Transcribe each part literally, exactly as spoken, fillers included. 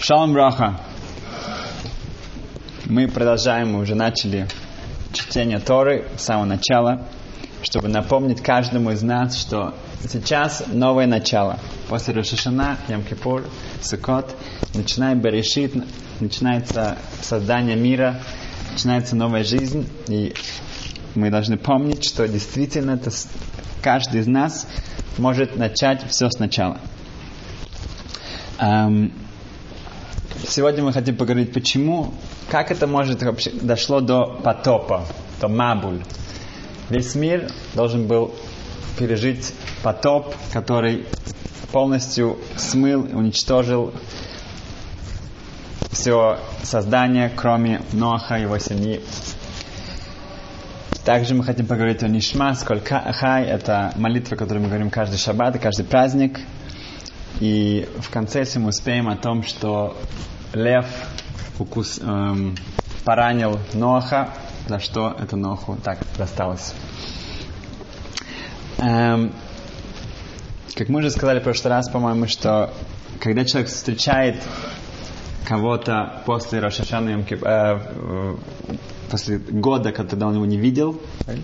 Шалом браха. Мы продолжаем, мы уже начали чтение Торы с самого начала, чтобы напомнить каждому из нас, что сейчас новое начало. После Рош ха-Шана, Йом-Кипур, Суккот, начинаем Берешит, начинается создание мира, начинается новая жизнь, и мы должны помнить, что действительно это каждый из нас может начать все сначала. Эм, сегодня мы хотим поговорить, почему, как это может вообще дошло до потопа, до Мабуль. Весь мир должен был пережить потоп, который полностью смыл, уничтожил все создание, кроме Ноаха и его семьи. Также мы хотим поговорить о Нишма, сколько Хай, это молитва, которую мы говорим каждый шаббат и каждый праздник. И в конце, если мы успеем, о том, что лев укус, эм, поранил Ноаха, за что это Ноаху так досталось. Эм, как мы уже сказали в прошлый раз, по-моему, что когда человек встречает кого-то после Рош ха-Шана, э, после года, когда он его не видел,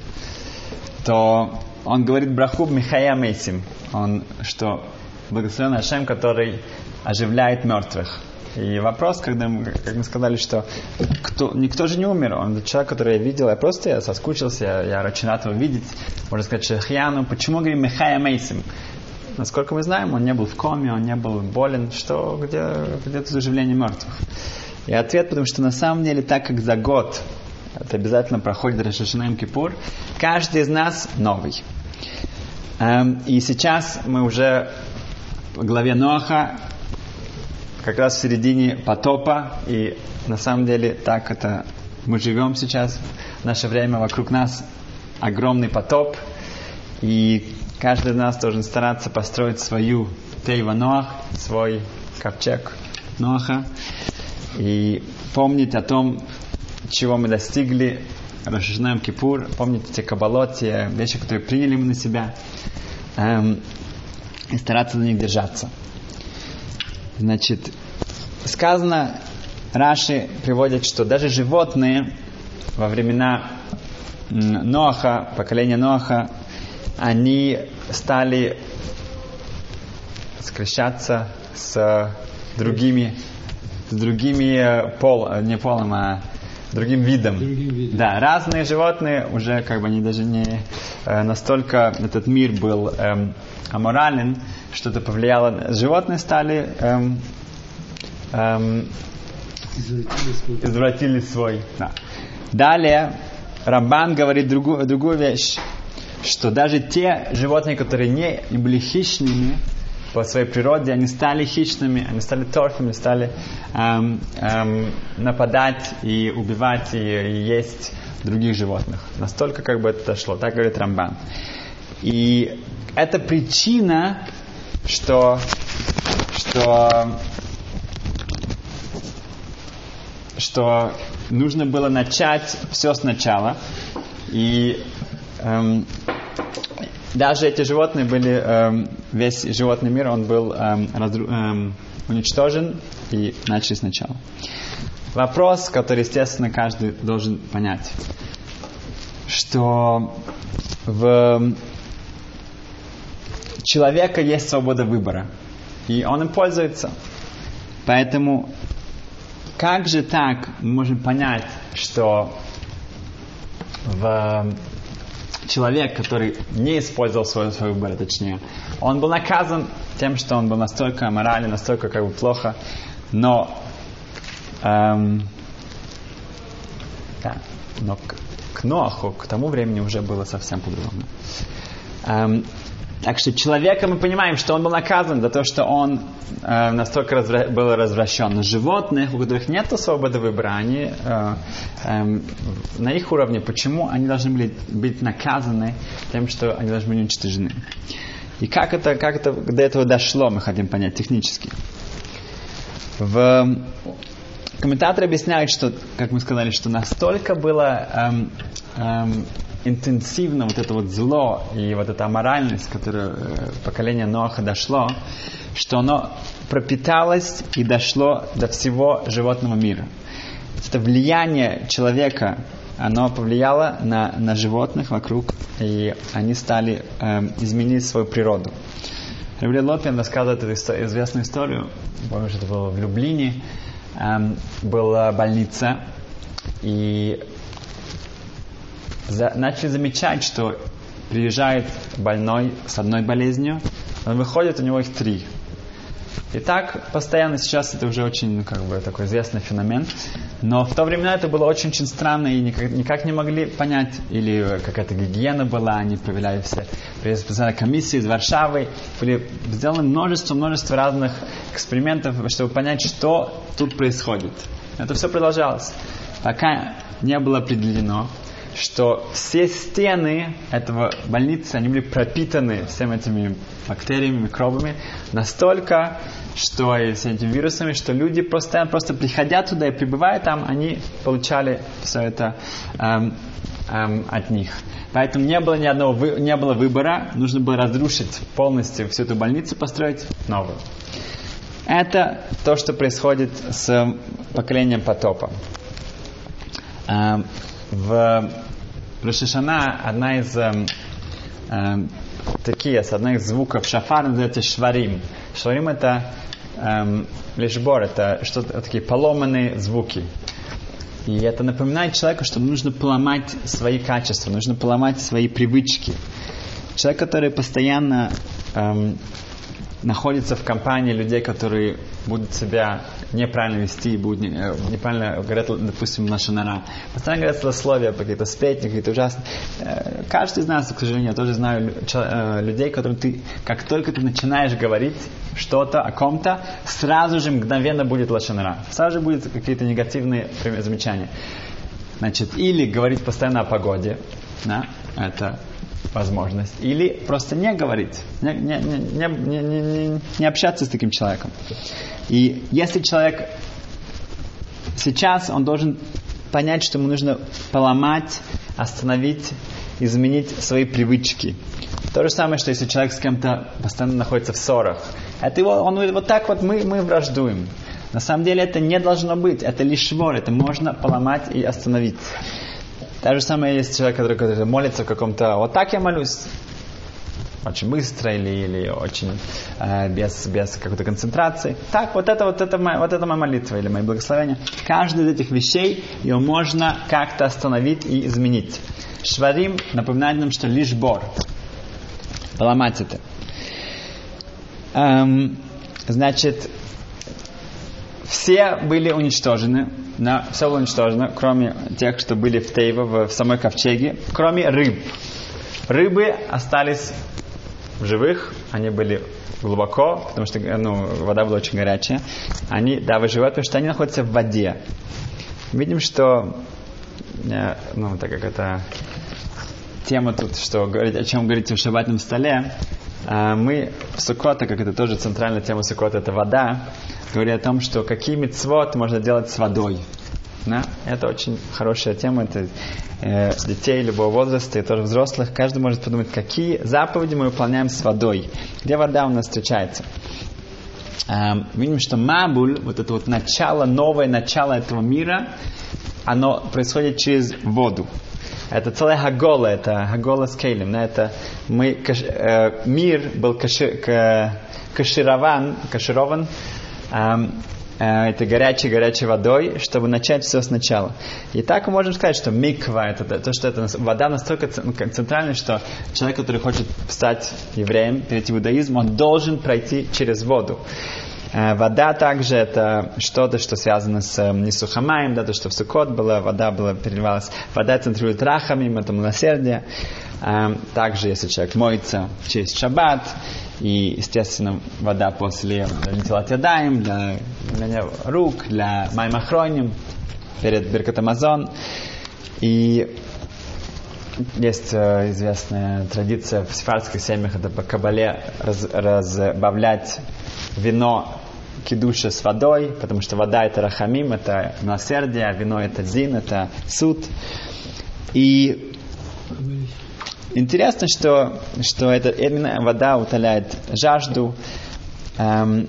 то он говорит браху Михая Мейсим, он что благословен Ашем, который оживляет мертвых. И вопрос, когда мы, как мы сказали, что кто, никто же не умер, он человек, который я видел, я просто я соскучился, я, я очень рад его видеть. Можно сказать, Шехьяну, почему говорим Михая Мейсим? Насколько мы знаем, он не был в коме, он не был болен, что где, где тут оживление мертвых? И ответ, потому что на самом деле, так как за год это обязательно проходит Рош ха-Шана Йом-Кипур, каждый из нас новый. Эм, и сейчас мы уже в главе Ноаха, как раз в середине потопа, и на самом деле так это мы живем сейчас, в наше время вокруг нас огромный потоп, и каждый из нас должен стараться построить свою Тейва Ноах, свой ковчег Ноаха, и помнить о том, чего мы достигли Рош ха-Шана Йом-Кипур, помнить те каббалот, те вещи, которые приняли мы на себя, эм, и стараться за них держаться. Значит, сказано, Раши приводит, что даже животные во времена Ноаха, поколения Ноаха, они стали скрещаться с другими, с другими пол, не полом, а другим видом. Другим видом. Да, разные животные уже как бы они даже не э, настолько этот мир был эм, аморален, что-то повлияло. Животные стали эм, эм, извратили свой. Извратили свой да. Далее Рамбан говорит другую, другую вещь, что даже те животные, которые не, не были хищными по своей природе, они стали хищными, они стали торфами, стали эм, эм, нападать и убивать и, и есть других животных. Настолько как бы это дошло, так говорит Рамбан. И это причина, что, что, что нужно было начать все сначала. И эм, даже эти животные были, эм, весь животный мир, он был эм, разру, эм, уничтожен, и начали сначала. Вопрос, который, естественно, каждый должен понять, что в человека есть свобода выбора, и он им пользуется. Поэтому, как же так мы можем понять, что в человек, который не использовал свой, свой выбор, точнее, он был наказан тем, что он был настолько аморален, настолько как бы плохо, но эм, да, но к, к Ноаху, к тому времени уже было совсем по-другому. Эм, так что человека мы понимаем, что он был наказан за то, что он э, настолько развра- был развращен. Но животных, у которых нет свободы выбора, они э, э, на их уровне, почему они должны были быть наказаны тем, что они должны быть уничтожены. И как это, как это до этого дошло, мы хотим понять технически. В комментаторы объясняют, что, как мы сказали, что настолько было эм, эм, интенсивно вот это вот зло и вот эта аморальность, которую поколение Ноаха дошло, что оно пропиталось и дошло до всего животного мира. Это влияние человека, оно повлияло на, на животных вокруг, и они стали э, изменить свою природу. Рабби Лопин рассказывает эту историю, известную историю. Помню, что это было в Люблине. Эм, была больница, и за, начали замечать, что приезжает больной с одной болезнью, он выходит, у него их три. И так постоянно, сейчас это уже очень, ну, как бы, такой известный феномен. Но в то время это было очень-очень странно, и никак, никак не могли понять, или какая-то гигиена была, они проверяли все. Приехали специальные комиссии из Варшавы, были сделаны множество-множество разных экспериментов, чтобы понять, что тут происходит. Это все продолжалось, пока не было определено, что все стены этого больницы, они были пропитаны всеми этими бактериями, микробами, настолько, что и с этими вирусами, что люди просто, просто приходя туда и пребывая там, они получали все это эм, эм, от них. Поэтому не было ни одного вы, не было выбора, нужно было разрушить полностью всю эту больницу, построить новую. Это то, что происходит с поколением потопа. Эм, В Рош ха-Шана одна из э, э, такие, с одних звуков шафара называется шварим. Шварим это э, лишбор, это что-то такие поломанные звуки. И это напоминает человеку, что нужно поломать свои качества, нужно поломать свои привычки. Человек, который постоянно э, находится в компании людей, которые будут себя неправильно вести, будут неправильно говорят, допустим, лашон ара. Постоянно говорят злословия, какие-то сплетни, какие-то ужасные. Каждый из нас, к сожалению, я тоже знаю людей, которым ты, как только ты начинаешь говорить что-то о ком-то, сразу же мгновенно будет лашон ара. Сразу же будут какие-то негативные замечания. Значит, или говорить постоянно о погоде, да, это возможность, или просто не говорить, не, не, не, не, не, не общаться с таким человеком. И если человек сейчас, он должен понять, что ему нужно поломать, остановить, изменить свои привычки. То же самое, что если человек с кем-то постоянно находится в ссорах, это его, он говорит, вот так вот мы, мы враждуем. На самом деле это не должно быть, это лишь вор, это можно поломать и остановить. То же самое есть человек, который, который молится в каком-то... Вот так я молюсь. Очень быстро или, или очень э, без, без какой-то концентрации. Так, вот это, вот, это моя, вот это моя молитва или мои благословения. Каждый из этих вещей ее можно как-то остановить и изменить. Шварим напоминает нам, что лишь бор. Поломать это. Эм, значит, все были уничтожены. Да, все было уничтожено, кроме тех, что были в Тейва, в, в самой ковчеге, кроме рыб. Рыбы остались в живых, они были глубоко, потому что ну, вода была очень горячая. Они, да, выживают, потому что они находятся в воде. Видим, что, ну, так как это тема тут, что говорить, о чем говорите в шаббатном столе, мы в Суккот, так как это тоже центральная тема Суккот, это вода, говорим о том, что какие мицвот можно делать с водой. Да? Это очень хорошая тема. Это э, детей любого возраста и тоже взрослых. Каждый может подумать, какие заповеди мы выполняем с водой. Где вода у нас встречается. Э, видим, что Мабуль, вот это вот начало, новое начало этого мира, оно происходит через воду. Это целая хагола, это хагола с кейлем. Это мы, каш, э, мир был каши, к, каширован, каширован э, э, этой горячей-горячей водой, чтобы начать все сначала. И так мы можем сказать, что миква, это то, что это вода настолько центральная, что человек, который хочет стать евреем, перейти в иудаизм, он должен пройти через воду. Вода также это что-то, что связано с Нисухамаем, да, то, что в Суккот было, вода была, переливалась. Вода центрирует рахамим, это милосердие. Также, если человек моется в честь шаббат, и, естественно, вода после Нитилат Ядаим, для, для рук, для Майм Ахроним, перед Биркат Амазон. И есть э, известная традиция в сефардских семьях, это по кабале раз, разбавлять вино кидуша с водой, потому что вода это рахамим, это милосердие, а вино это дин, это суд. И интересно, что, что это, именно вода утоляет жажду. Эм,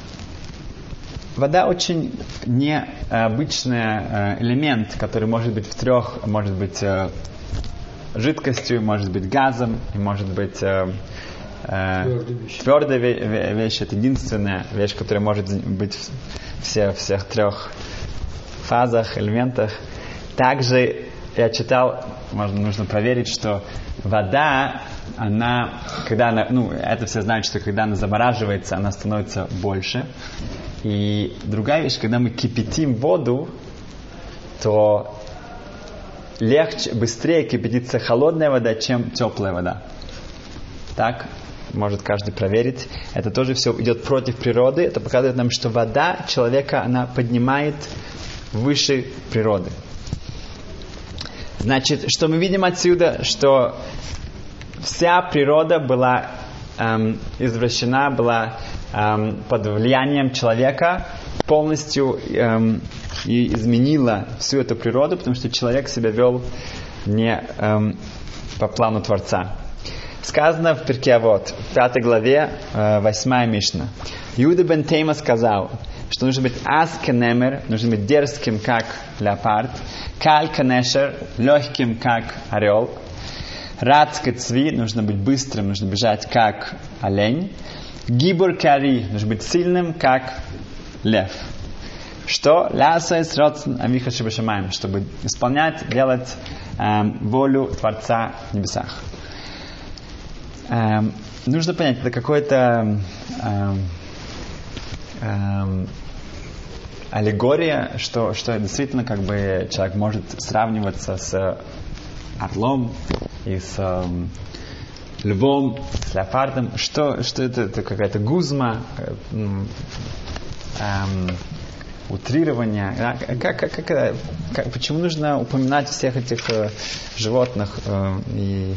вода очень необычный элемент, который может быть в трех, может быть э, жидкостью, может быть газом, и может быть э, э, твердой вещью. Это единственная вещь, которая может быть в все, всех трех фазах, элементах. Также я читал, можно, нужно проверить, что вода, она, когда она, ну, это все знают, что когда она замораживается, она становится больше. И другая вещь, когда мы кипятим воду, то легче, быстрее кипятится холодная вода, чем теплая вода. Так, может каждый проверить. Это тоже все идет против природы. Это показывает нам, что вода человека, она поднимает выше природы. Значит, что мы видим отсюда, что вся природа была эм, извращена, была эм, под влиянием человека, полностью эм, и изменила всю эту природу, потому что человек себя вел не эм, по плану Творца. Сказано в Перкей Авот, в пятой главе, э, восьмая Мишна. Иуда бен Тейма сказал, что нужно быть аскенемер, нужно быть дерзким, как леопард, кальканешер, легким, как орел, рацкацви, нужно быть быстрым, нужно бежать, как олень, гибур кари, нужно быть сильным, как лев. Что? Лясайс родсен авиха шибашамаем, чтобы исполнять, делать эм, волю Творца в небесах. Эм, нужно понять, это какой-то эм, эм, аллегория, что, что действительно как бы человек может сравниваться с орлом и с эм, львом, с леопардом. Что, что это, это какая-то гузма, эм, эм, утрирование. Да? Как, как, как, как, почему нужно упоминать всех этих э, животных э, и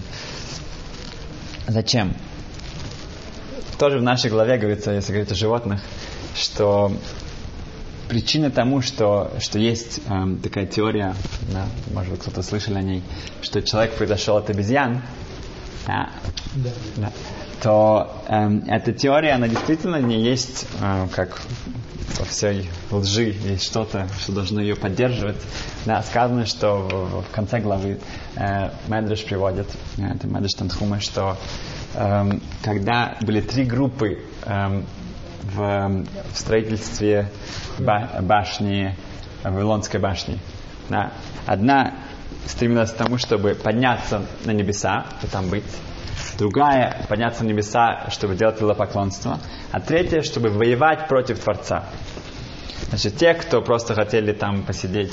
зачем? Тоже в нашей главе говорится, если говорить о животных, что причина тому, что, что есть эм, такая теория, да, может быть, кто-то слышал о ней, что человек произошел от обезьян, да, да. Да, то эм, эта теория, она действительно не есть, э, как во всей лжи, есть что-то, что должно ее поддерживать. Да, сказано, что в, в конце главы э, Медреш приводит, э, это Медреш Танхума, что эм, когда были три группы эм, в, в строительстве башни, Вавилонской башни. Да. Одна стремилась к тому, чтобы подняться на небеса и там быть. Другая — подняться на небеса, чтобы делать идолопоклонство. А третья — чтобы воевать против Творца. Значит, те, кто просто хотели там посидеть,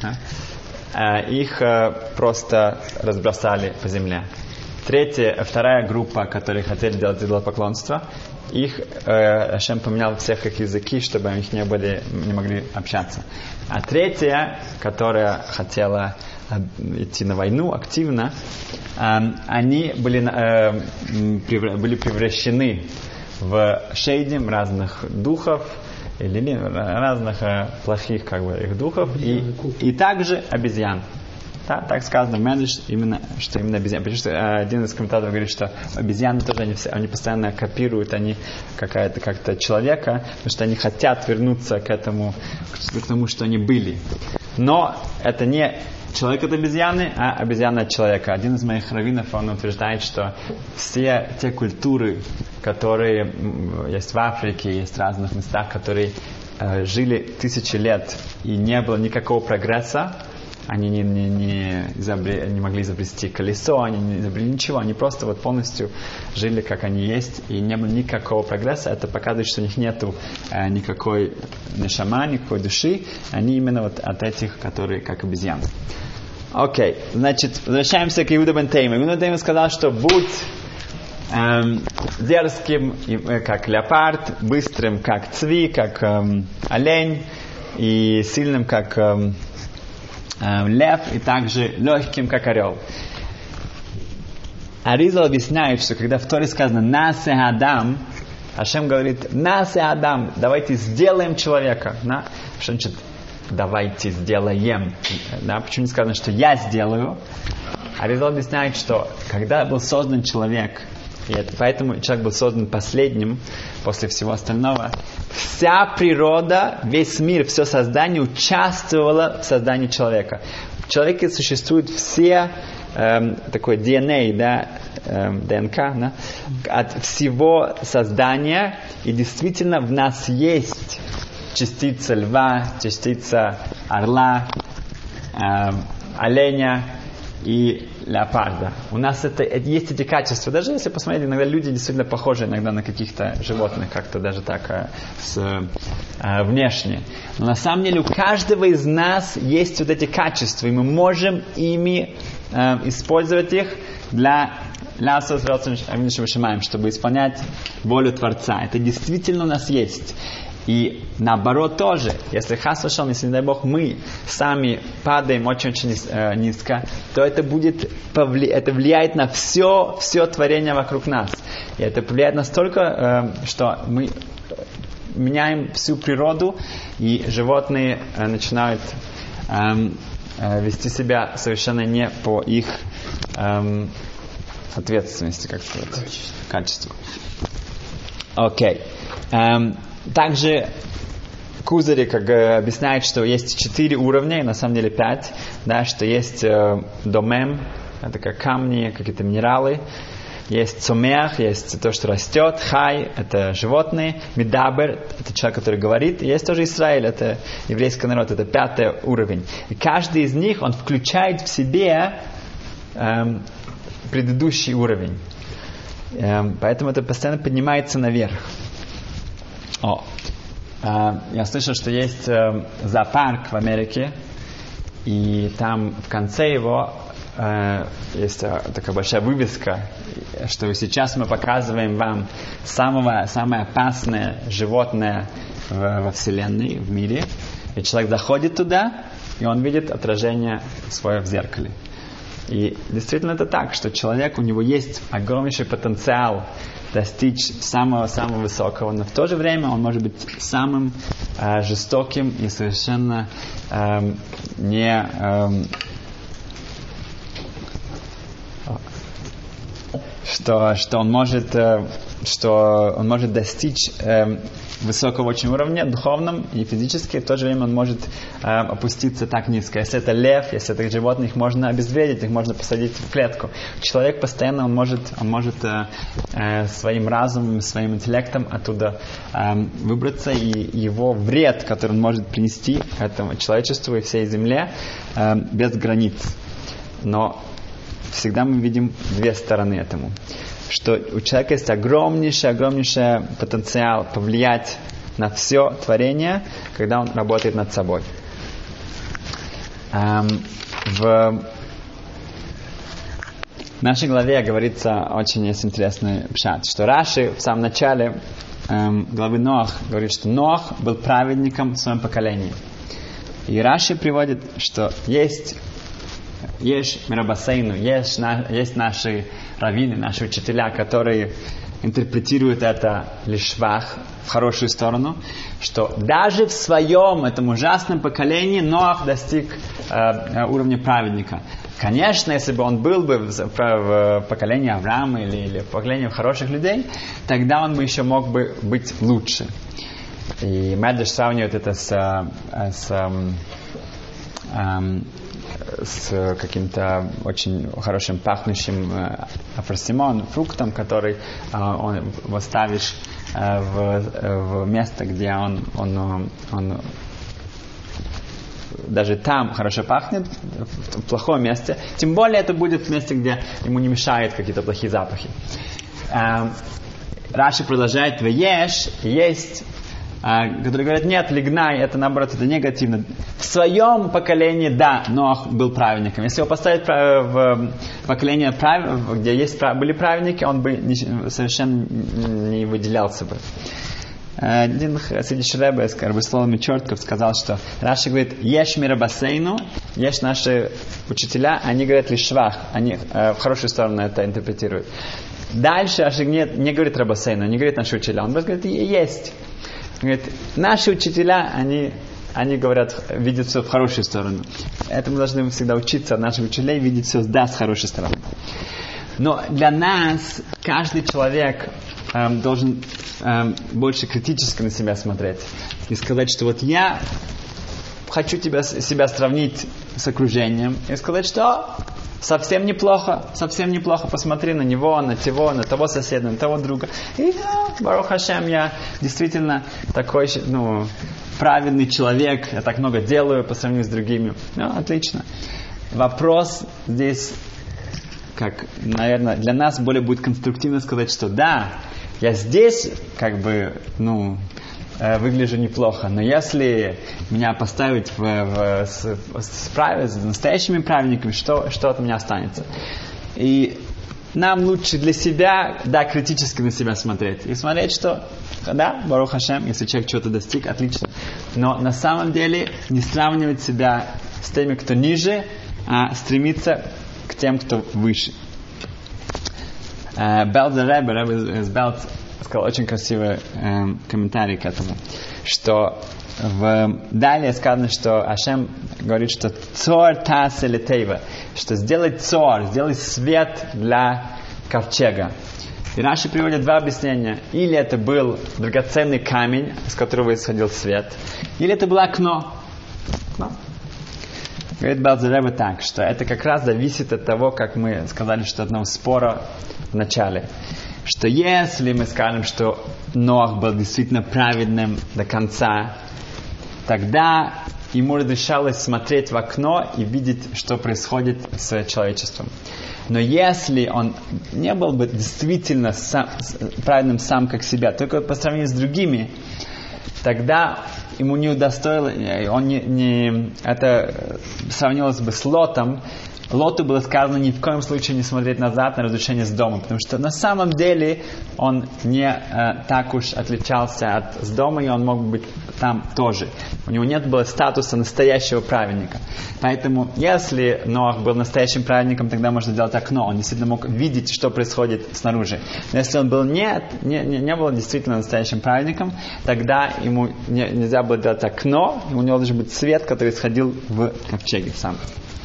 да, их просто разбросали по земле. Третья, вторая группа, которые хотели делать идолопоклонство, их э, Ашем поменял всех их языки, чтобы они не, были, не могли общаться. А третья, которая хотела э, идти на войну активно, э, они были, э, превра- были превращены в шейдим разных духов, или разных э, плохих как бы, их духов, и, и также обезьян. Да, так сказано в Медреш, именно, что именно обезьяны. Потому что э, один из комментаторов говорит, что обезьяны тоже, они, все, они постоянно копируют они какая-то, как-то человека, потому что они хотят вернуться к этому, к, к тому, что они были. Но это не человек от обезьяны, а обезьяна от человека. Один из моих раввинов, он утверждает, что все те культуры, которые есть в Африке, есть в разных местах, которые э, жили тысячи лет и не было никакого прогресса, они не, не, не, изобре, не могли изобрести колесо, они не изобрели ничего, они просто вот полностью жили, как они есть, и не было никакого прогресса. Это показывает, что у них нету э, никакой нешама, никакой души. Они именно вот от этих, которые как обезьяны. Окей, okay. Значит, возвращаемся к Иуда бен Тейма. Иуда бен Тейма сказал, что будь эм, дерзким, как леопард, быстрым, как цви, как эм, олень, и сильным, как эм, лев, и также легким, как орел. Аризал объясняет, что когда в Торе сказано «Насе Адам», Ашем говорит «Насе Адам», давайте сделаем человека. Да? Что значит «давайте сделаем»? Да? Почему не сказано, что я сделаю? Аризал объясняет, что когда был создан человек, и это, поэтому человек был создан последним после всего остального, вся природа, весь мир, все создание участвовало в создании человека. В человеке существует все эм, такой ди эн эй, да, эм, ДНК, да, от всего создания, и действительно в нас есть частица льва, частица орла, эм, оленя и леопарда. У нас это, это есть эти качества. Даже если посмотреть, иногда люди действительно похожи иногда на каких-то животных, как-то даже так э, с, э, внешне. Но на самом деле у каждого из нас есть вот эти качества, и мы можем ими э, использовать их для чтобы исполнять волю Творца. Это действительно у нас есть. И наоборот тоже, если хас вышел, если, не дай Бог, мы сами падаем очень-очень э, низко, то это будет, повли... это влияет на все, все творение вокруг нас. И это влияет настолько, э, что мы меняем всю природу, и животные э, начинают э, э, вести себя совершенно не по их э, ответственности, как сказать, качеству. Окей. Okay. Um, также Кузари как э, объясняет, что есть четыре уровня, и на самом деле пять, да, что есть э, домем, это как камни, какие-то минералы, есть цомеах, есть то, что растет, хай, это животные, медабер, это человек, который говорит, и есть тоже Израиль, это еврейский народ, это пятый уровень. И каждый из них, он включает в себе э, предыдущий уровень. Эм, поэтому это постоянно поднимается наверх. О, э, я слышал, что есть э, зоопарк в Америке, и там в конце его э, есть э, такая большая вывеска, что сейчас мы показываем вам самого, самое опасное животное в, во Вселенной, в мире. И человек заходит туда, и он видит отражение свое в зеркале. И действительно это так, что человек, у него есть огромнейший потенциал достичь самого-самого высокого, но в то же время он может быть самым э, жестоким и совершенно э, не... Э, что, что он может, э, что он может достичь э, высокого очень уровня духовном и физически, в то же время он может э, опуститься так низко. Если это лев, если это животные, их можно обезвредить, их можно посадить в клетку. Человек постоянно он может, он может э, э, своим разумом, своим интеллектом оттуда э, выбраться, и его вред, который он может принести этому человечеству и всей земле, э, без границ. Но всегда мы видим две стороны этому. Что у человека есть огромнейший, огромнейший потенциал повлиять на все творение, когда он работает над собой. Эм, в нашей главе говорится очень есть интересный пшат, что Раши в самом начале эм, главы Ноах говорит, что Ноах был праведником в своем поколении. И Раши приводит, что есть Есть Мирабасейну, есть, есть наши раввины, наши учителя, которые интерпретируют это лишвах в хорошую сторону, что даже в своем этом ужасном поколении Ноах достиг э, уровня праведника. Конечно, если бы он был бы в, в, в поколении Авраама или, или в поколении хороших людей, тогда он бы еще мог бы быть лучше. И Медреш сравнивает это с, с эм, с каким-то очень хорошим пахнущим э, афросимон, фруктом, который э, он, его ставишь э, в, в место, где он, он, он даже там хорошо пахнет, в, в плохом месте. Тем более это будет в месте, где ему не мешают какие-то плохие запахи. Э, Раши продолжает: «Вееш» есть, которые говорят, нет, лигнай, это наоборот, это негативно. В своем поколении, да, Ноах был праведником. Если его поставить в поколение, где есть, были праведники, он бы совершенно не выделялся бы. Один Хасидиш Ребе, Рабисловами Чертков, сказал, что Раши говорит, ешь мирабасейну, ешь наши учителя, они говорят лишвах, они в хорошую сторону это интерпретируют. Дальше Раши не, не говорит рабасейну, не говорит наши учителя, он просто говорит, есть. Говорит, наши учителя, они они говорят, видят все в хорошую сторону. Это мы должны всегда учиться от наших учителей, видеть все, да, с хорошей стороны. Но для нас каждый человек эм, должен эм, больше критически на себя смотреть. И сказать, что вот я хочу тебя, себя сравнить с окружением. И сказать, что совсем неплохо, совсем неплохо. Посмотри на него, на того, на того соседа, на того друга. И да, Барух Хашем, я действительно такой, ну, праведный человек. Я так много делаю по сравнению с другими. Ну, отлично. Вопрос здесь, как, наверное, для нас более будет конструктивно сказать, что да, я здесь, как бы, ну, э, выгляжу неплохо, но если меня поставить в, в, с, с, прав... с настоящими праведниками, что, что от меня останется? И нам лучше для себя, да, критически на себя смотреть. И смотреть, что, да, Барух Хашем, если человек чего-то достиг, отлично. Но на самом деле не сравнивать себя с теми, кто ниже, а стремиться к тем, кто выше. Белдер Ребе, Ребе из Белт, сказал очень красивый э, комментарий к этому, что в, далее сказано, что Ашем говорит, что цор тасе тейва, что сделать цор, сделать свет для ковчега. И Раши приводит два объяснения. Или это был драгоценный камень, с которого исходил свет, или это было окно. окно. Говорит Белдер Ребе так, что это как раз зависит от того, как мы сказали, что одного спора в начале. Что если мы скажем, что Ноах был действительно праведным до конца, тогда ему разрешалось смотреть в окно и видеть, что происходит с человечеством. Но если он не был бы действительно сам, праведным сам как себя, только по сравнению с другими, тогда ему не удостоило, он не, не, это сравнилось бы с Лотом. Лоту было сказано ни в коем случае не смотреть назад на разрушение с дома, потому что на самом деле он не э, так уж отличался от с дома, и он мог быть там тоже. У него нет было статуса настоящего праведника. Поэтому, если Ноах был настоящим праведником, тогда можно сделать окно. Он действительно мог видеть, что происходит снаружи. Но если он был не, не, не, не был действительно настоящим праведником, тогда ему не, нельзя было делать окно, у него должен быть свет, который исходил в ковчеге сам.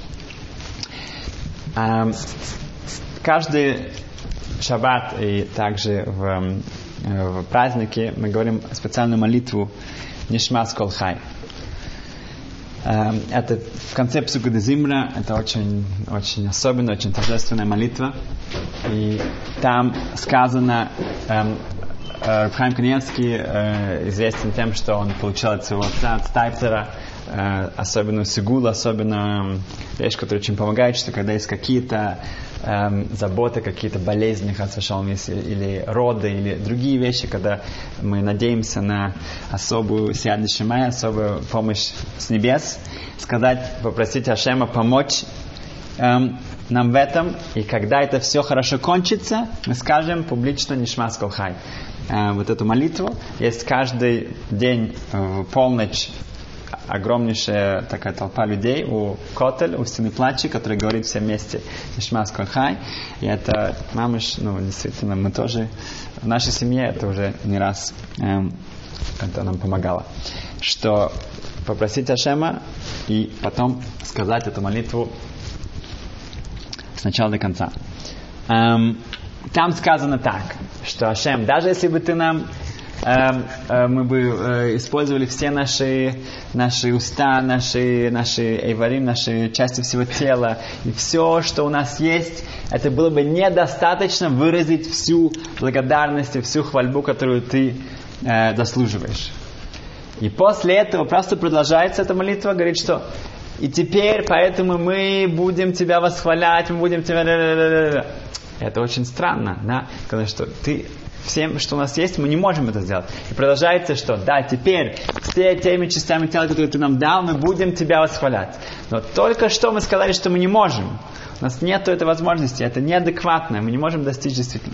Um, каждый шаббат и также в, в праздники мы говорим специальную молитву Нишмас Кол Хай. Um, это в конце Псука де Зимра, это очень, очень особенная, очень торжественная молитва. И там сказано, um, Рав Хаим Каневский uh, известен тем, что он получил от своего отца, от Стайпцера, Uh, особенную сигулу, особенную um, вещь, которая очень помогает, что когда есть какие-то um, заботы, какие-то болезни, или роды, или другие вещи, когда мы надеемся на особую сиат дешимай, особую помощь с небес, сказать, попросить Ашема помочь um, нам в этом, и когда это все хорошо кончится, мы скажем публично Нишмас Кол Хай. Uh, вот эту молитву есть каждый день в полночь огромнейшая такая толпа людей у Котель, у Стены Плача, которые говорят все вместе Нишмас Кол Хай. И это, мамыш, ну, действительно, мы тоже, в нашей семье это уже не раз эм, это нам помогало. Что попросить Ашема и потом сказать эту молитву с начала до конца. Эм, там сказано так, что Ашем, даже если бы ты нам Uh, uh, мы бы uh, использовали все наши, наши уста, наши, наши эйварим, наши части всего тела, и все, что у нас есть, это было бы недостаточно выразить всю благодарность и всю хвальбу, которую ты uh, заслуживаешь. И после этого просто продолжается эта молитва, говорит, что и теперь поэтому мы будем тебя восхвалять, мы будем тебя... Это очень странно, да? Потому что ты... Всем, что у нас есть, мы не можем это сделать. И продолжается, что да, теперь все теми частями тела, которые ты нам дал, мы будем тебя восхвалять. Но только что мы сказали, что мы не можем. У нас нет этой возможности, это неадекватно, мы не можем достичь действительно.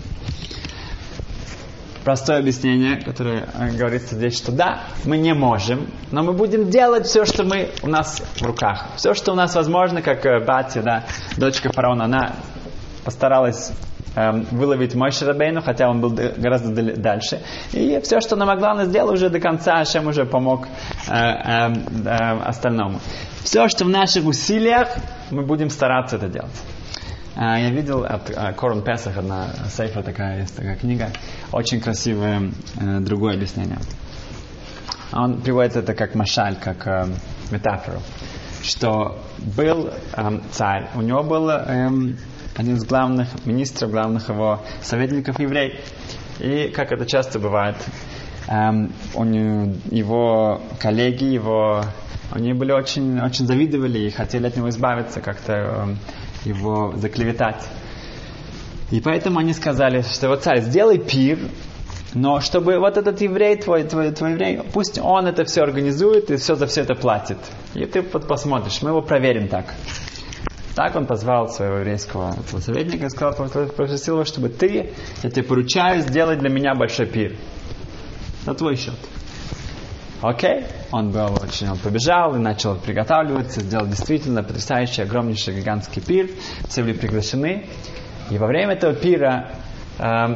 Простое объяснение, которое говорится здесь, что да, мы не можем, но мы будем делать все, что мы, у нас в руках. Все, что у нас возможно, как Батя, да, дочка фараона, она постаралась эм, выловить Моше Рабейну, хотя он был гораздо дальше. И все, что нам главное сделал уже до конца, Ашем уже помог э, э, э, остальному. Все, что в наших усилиях, мы будем стараться это делать. Э, я видел от э, Корн Песах, одна сейфа такая есть, такая книга, очень красивое э, другое объяснение. Он приводит это как машаль, как э, метафору, что был э, царь, у него был э, один из главных министров, главных его советников еврей. И, как это часто бывает, эм, он, его коллеги, его, они были очень, очень завидовали и хотели от него избавиться, как-то эм, его заклеветать. И поэтому они сказали, что вот царь, сделай пир, но чтобы вот этот еврей, твой, твой, твой еврей, пусть он это все организует и все за все это платит. И ты вот посмотришь, мы его проверим так. Так он позвал своего еврейского советника и сказал, попросил его, чтобы ты, я тебе поручаю, сделать для меня большой пир. На твой счет. Окей? Он был очень, он побежал и начал приготавливаться, сделал действительно потрясающий, огромнейший, гигантский пир. Все были приглашены. И во время этого пира э,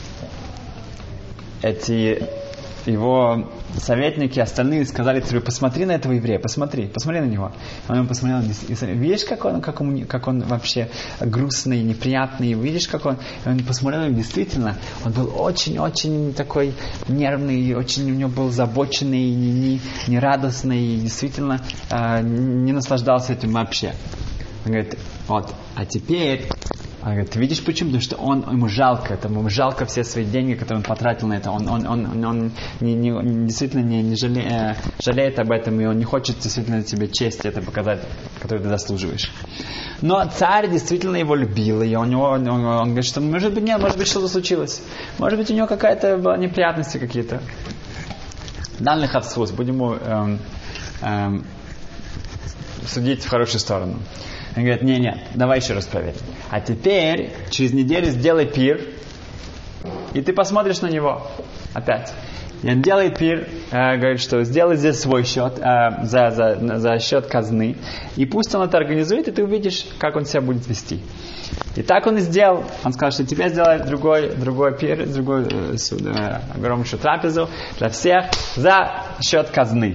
эти его советники, остальные сказали царю, посмотри на этого еврея, посмотри, посмотри на него. Он ему посмотрел, и смотри, видишь, как он, как, он, как он вообще грустный, неприятный, видишь, как он, и он посмотрел, и действительно, он был очень-очень такой нервный, очень у него был озабоченный, не, не, не радостный, и действительно э, не наслаждался этим вообще. Он говорит, вот, а теперь... Он говорит, ты видишь почему? Потому что он, ему жалко, это, ему жалко все свои деньги, которые он потратил на это. Он, он, он, он не, не, действительно не, не жале, жалеет об этом, и он не хочет действительно тебе честь это показать, которую ты заслуживаешь. Но царь действительно его любил, и у него, он, он, он говорит, что может быть нет, может быть что-то случилось. Может быть у него какая-то была неприятности какие-то. Дальний хавсфус, будем ему эм, эм, судить в хорошую сторону. Он говорит, не, нет, давай еще раз проверим. А теперь, через неделю сделай пир, и ты посмотришь на него опять. И он делает пир, э, говорит, что сделай здесь свой счет, э, за, за, за счет казны, и пусть он это организует, и ты увидишь, как он себя будет вести. И так он и сделал. Он сказал, что теперь сделай другой, другой пир, другой э, э, огромную трапезу для всех за счет казны.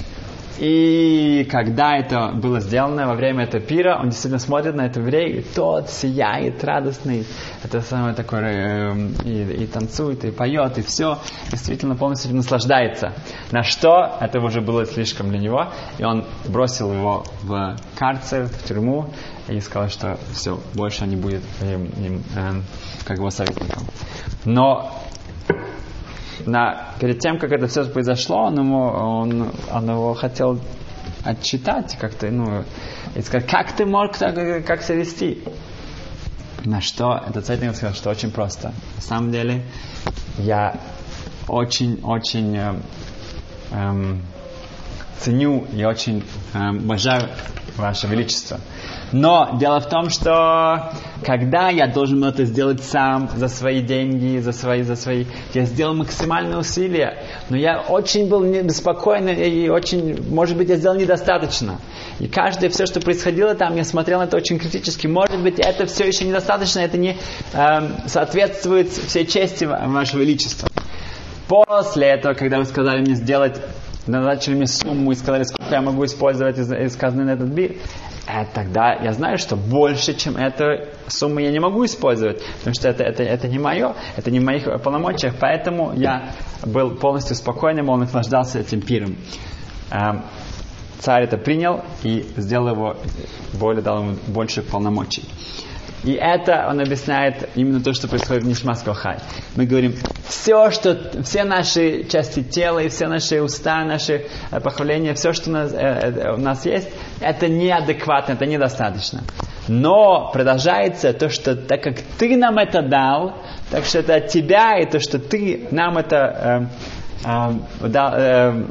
И когда это было сделано во время этого пира, он действительно смотрит на этого еврея, и тот сияет радостный, это самое такое, э, и, и танцует, и поет, и все, действительно полностью наслаждается. На что это уже было слишком для него, и он бросил его в карцер, в тюрьму, и сказал, что все, больше он не будет им, им, э, как его советником. Но На, перед тем, как это все произошло, он, ему, он, он его хотел отчитать как-то, ну, и сказать, как ты мог так, как себя вести? На что этот советник сказал, что очень просто. На самом деле, я очень-очень э, э, ценю и очень э, уважаю Ваше Величество. Но дело в том, что когда я должен был это сделать сам, за свои деньги, за свои, за свои, я сделал максимальные усилия, но я очень был беспокоен и очень, может быть, я сделал недостаточно. И каждое, все, что происходило там, я смотрел на это очень критически. Может быть, это все еще недостаточно, это не э, соответствует всей чести Вашего Величества. После этого, когда вы сказали мне сделать, назначили мне сумму и сказали, сколько я могу использовать из, из казны на этот бир, а тогда я знаю, что больше, чем эту сумму я не могу использовать, потому что это, это, это не мое, это не в моих полномочиях, поэтому я был полностью спокойным, он наслаждался этим пиром. Царь это принял и сделал его, более, дал ему больше полномочий. И это он объясняет именно то, что происходит в Нишмас Кол Хай. Мы говорим, все, что, все наши части тела и все наши уста, наши э, похваления, все, что у нас, э, э, у нас есть, это неадекватно, это недостаточно. Но продолжается то, что так как ты нам это дал, так что это от тебя, и то, что ты нам это э, э, дал, э,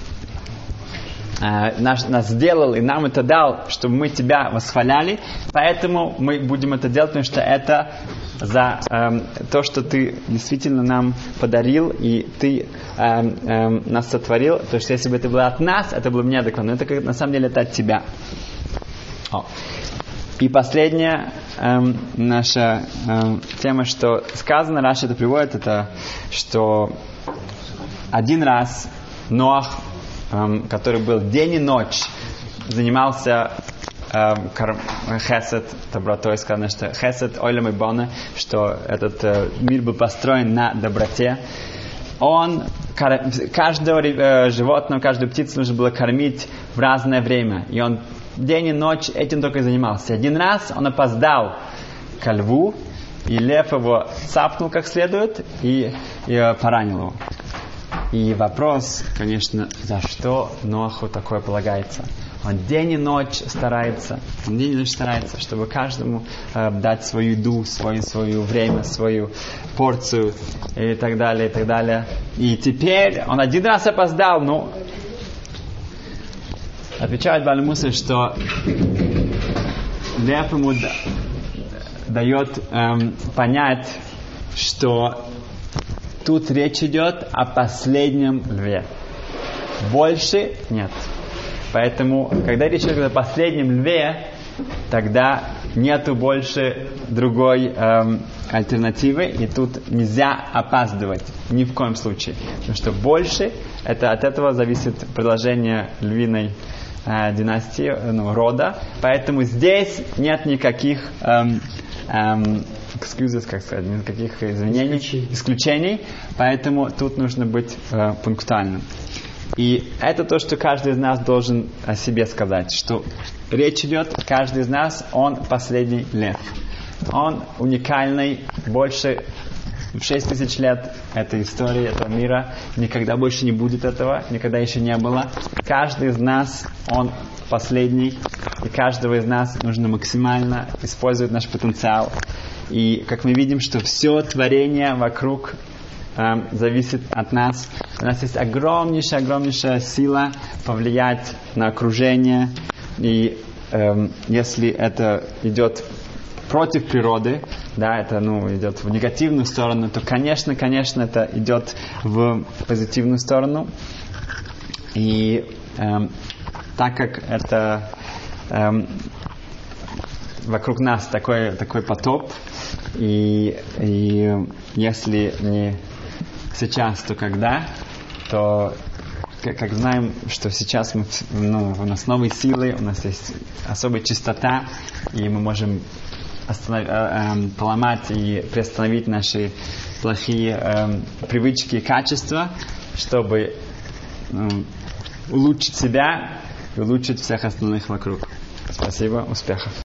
Наш, нас сделал и нам это дал, чтобы мы тебя восхваляли, поэтому мы будем это делать, потому что это за эм, то, что ты действительно нам подарил и ты эм, эм, нас сотворил, потому что если бы это было от нас, это было бы неадекватно, но это на самом деле это от тебя. О. И последнее, эм, наша эм, тема, что сказано, Раши это приводит, это, что один раз Ноах, эм, который был день и ночь, занимался эм, кар... хесед, добротой, сказано, что хесед, ойлем и бона, что этот э, мир был построен на доброте. Он, каждого э, животного, каждую птицу нужно было кормить в разное время. И он день и ночь этим только и занимался. Один раз он опоздал ко льву, и лев его цапнул как следует и, и поранил его. И вопрос, конечно, за что Ноаху такое полагается? Он день и ночь старается, он день и ночь старается, чтобы каждому э, дать свою еду, свое, свое время, свою порцию и так далее, и так далее. И теперь он один раз опоздал, ну, отвечает Бааль Мусар, что лев ему да, дает эм, понять, что тут речь идет о последнем льве. Больше нет. Поэтому, когда речь идет о последнем льве, тогда нету больше другой эм, альтернативы, и тут нельзя опаздывать ни в коем случае. Потому что больше, это от этого зависит продолжение львиной э, династии, ну, рода. Поэтому здесь нет никаких эм, эм, excuses, как сказать, никаких извинений, исключений. исключений. Поэтому тут нужно быть э, пунктуальным. И это то, что каждый из нас должен о себе сказать, что речь идет, каждый из нас, он последний лев. Он уникальный, больше в шесть тысяч лет этой истории, этого мира, никогда больше не будет этого, никогда еще не было. Каждый из нас, он последний, и каждого из нас нужно максимально использовать наш потенциал. И как мы видим, что все творение вокруг эм, зависит от нас. У нас есть огромнейшая, огромнейшая сила повлиять на окружение. И эм, если это идет против природы, да, это, ну, идет в негативную сторону, то, конечно, конечно, это идет в позитивную сторону. И эм, так как это эм, вокруг нас такой, такой потоп, и, и если не сейчас, то когда, то как, как знаем, что сейчас мы, ну, у нас новые силы, у нас есть особая чистота, и мы можем останов, э, э, поломать и приостановить наши плохие э, привычки и качества, чтобы э, улучшить себя и улучшить всех остальных вокруг. Спасибо, успехов.